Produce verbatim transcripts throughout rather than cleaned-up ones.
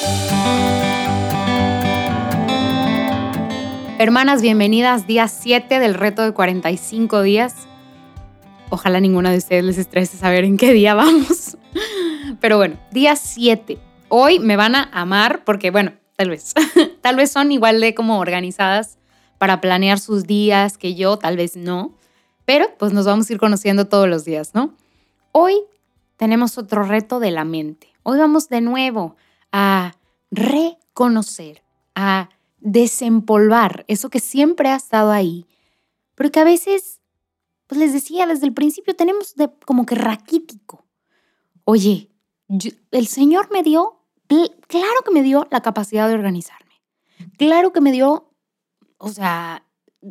Hermanas, bienvenidas, día siete del reto de cuarenta y cinco días. Ojalá ninguna de ustedes les estrese saber en qué día vamos. Pero bueno, día siete. Hoy me van a amar porque, bueno, tal vez. Tal vez son igual de como organizadas para planear sus días que yo, tal vez no. Pero pues nos vamos a ir conociendo todos los días, ¿no? Hoy tenemos otro reto de la mente. Hoy vamos de nuevo a reconocer, a desempolvar eso que siempre ha estado ahí, pero que a veces, pues les decía desde el principio, tenemos de, como que raquítico. Oye, yo, el Señor me dio, claro que me dio la capacidad de organizarme. Claro que me dio, o sea,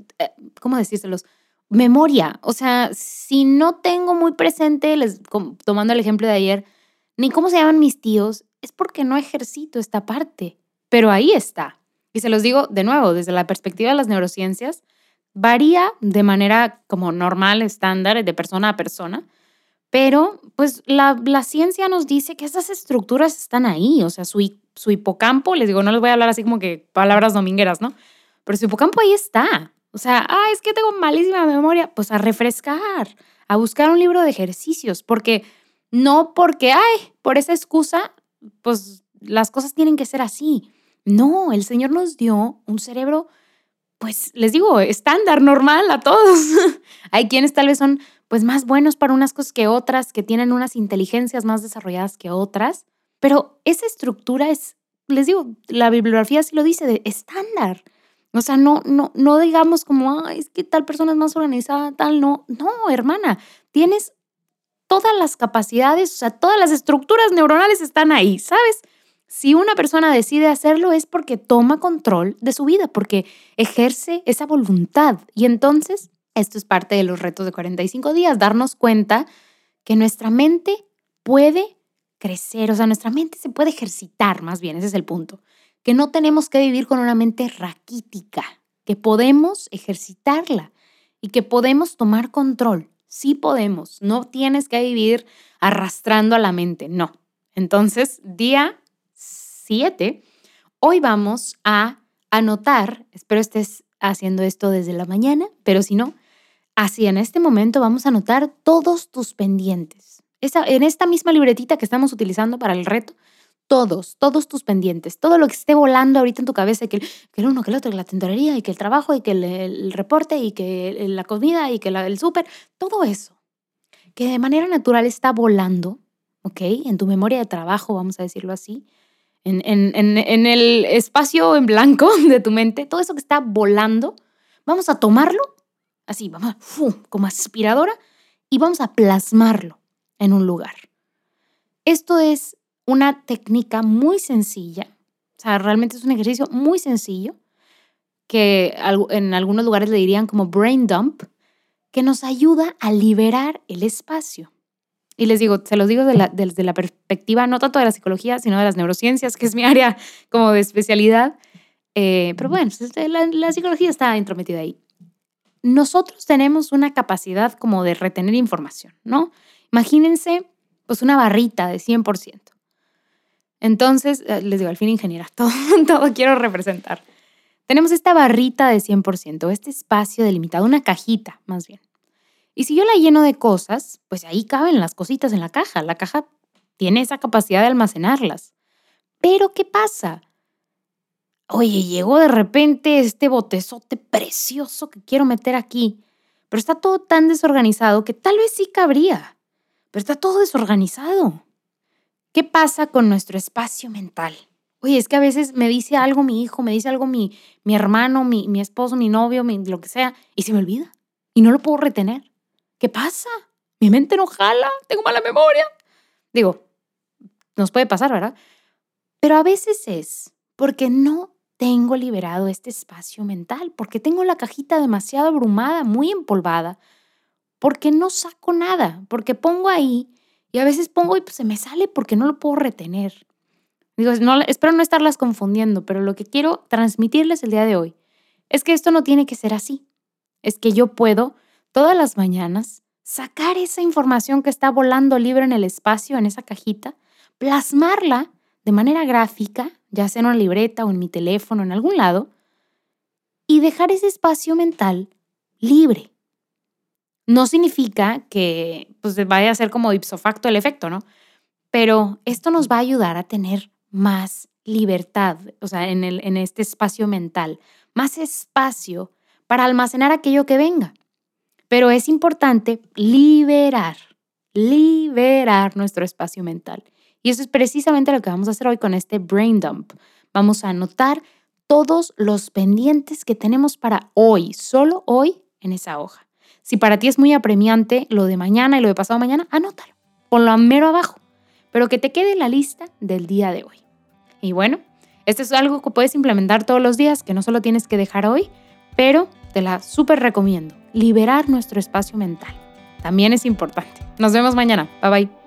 ¿cómo decírselos? Memoria. O sea, si no tengo muy presente, les, tomando el ejemplo de ayer, ni cómo se llaman mis tíos, es porque no ejercito esta parte. Pero ahí está. Y se los digo de nuevo, desde la perspectiva de las neurociencias, varía de manera como normal, estándar, de persona a persona, pero pues la, la ciencia nos dice que esas estructuras están ahí, o sea, su, su hipocampo, les digo, no les voy a hablar así como que palabras domingueras, ¿no? Pero su hipocampo ahí está. O sea, ah, es que tengo malísima memoria, pues a refrescar, a buscar un libro de ejercicios, porque no porque, ay, por esa excusa, pues las cosas tienen que ser así. No, el Señor nos dio un cerebro, pues les digo, estándar, normal a todos. Hay quienes tal vez son pues más buenos para unas cosas que otras, que tienen unas inteligencias más desarrolladas que otras, pero esa estructura es, les digo, la bibliografía sí lo dice, de estándar. O sea, no, no, no digamos como, ay, es que tal persona es más organizada, tal, no. No, hermana, tienes todas las capacidades, o sea, todas las estructuras neuronales están ahí, ¿sabes? Si una persona decide hacerlo es porque toma control de su vida, porque ejerce esa voluntad. Y entonces, esto es parte de los retos de cuarenta y cinco días, darnos cuenta que nuestra mente puede crecer, o sea, nuestra mente se puede ejercitar, más bien, ese es el punto. Que no tenemos que vivir con una mente raquítica, que podemos ejercitarla y que podemos tomar control. Sí podemos, no tienes que vivir arrastrando a la mente, no. Entonces, día siete, hoy vamos a anotar, espero estés haciendo esto desde la mañana, pero si no, así en este momento vamos a anotar todos tus pendientes. Esa, en esta misma libretita que estamos utilizando para el reto, todos, todos tus pendientes, todo lo que esté volando ahorita en tu cabeza, que el, que el uno, que el otro, que la tintorería, y que el trabajo, y que el, el reporte, y que el, la comida, y que la, el súper, todo eso, que de manera natural está volando, ¿ok? En tu memoria de trabajo, vamos a decirlo así, En, en, en, en el espacio en blanco de tu mente, todo eso que está volando, vamos a tomarlo, así, vamos, ¡fum!, como aspiradora, y vamos a plasmarlo en un lugar. Esto es una técnica muy sencilla, o sea, realmente es un ejercicio muy sencillo, que en algunos lugares le dirían como brain dump, que nos ayuda a liberar el espacio. Y les digo, se los digo desde la, desde la perspectiva no tanto de la psicología, sino de las neurociencias, que es mi área como de especialidad. Eh, pero bueno, la, la psicología está entrometida ahí. Nosotros tenemos una capacidad como de retener información, ¿no? Imagínense pues una barrita de cien por ciento. Entonces, les digo, al fin ingeniera, todo, todo quiero representar. Tenemos esta barrita de cien por ciento, este espacio delimitado, una cajita más bien. Y si yo la lleno de cosas, pues ahí caben las cositas en la caja. La caja tiene esa capacidad de almacenarlas. Pero ¿qué pasa? Oye, llegó de repente este botezote precioso que quiero meter aquí, pero está todo tan desorganizado que tal vez sí cabría, pero está todo desorganizado. ¿Qué pasa con nuestro espacio mental? Oye, es que a veces me dice algo mi hijo, me dice algo mi, mi hermano, mi, mi esposo, mi novio, mi, lo que sea, y se me olvida y no lo puedo retener. ¿Qué pasa? Mi mente no jala, tengo mala memoria. Digo, nos puede pasar, ¿verdad? Pero a veces es porque no tengo liberado este espacio mental, porque tengo la cajita demasiado abrumada, muy empolvada, porque no saco nada, porque pongo ahí y a veces pongo y pues se me sale porque no lo puedo retener. Digo, no, espero no estarlas confundiendo, pero lo que quiero transmitirles el día de hoy es que esto no tiene que ser así. Es que yo puedo todas las mañanas sacar esa información que está volando libre en el espacio, en esa cajita, plasmarla de manera gráfica, ya sea en una libreta o en mi teléfono, en algún lado, y dejar ese espacio mental libre. No significa que pues, vaya a ser como ipso facto el efecto, ¿no? Pero esto nos va a ayudar a tener más libertad, o sea, en, el, en este espacio mental, más espacio para almacenar aquello que venga. Pero es importante liberar, liberar nuestro espacio mental. Y eso es precisamente lo que vamos a hacer hoy con este brain dump. Vamos a anotar todos los pendientes que tenemos para hoy, solo hoy, en esa hoja. Si para ti es muy apremiante lo de mañana y lo de pasado mañana, anótalo, ponlo a mero abajo, pero que te quede en la lista del día de hoy. Y bueno, esto es algo que puedes implementar todos los días, que no solo tienes que dejar hoy, pero te la súper recomiendo. Liberar nuestro espacio mental también es importante. Nos vemos mañana. Bye bye.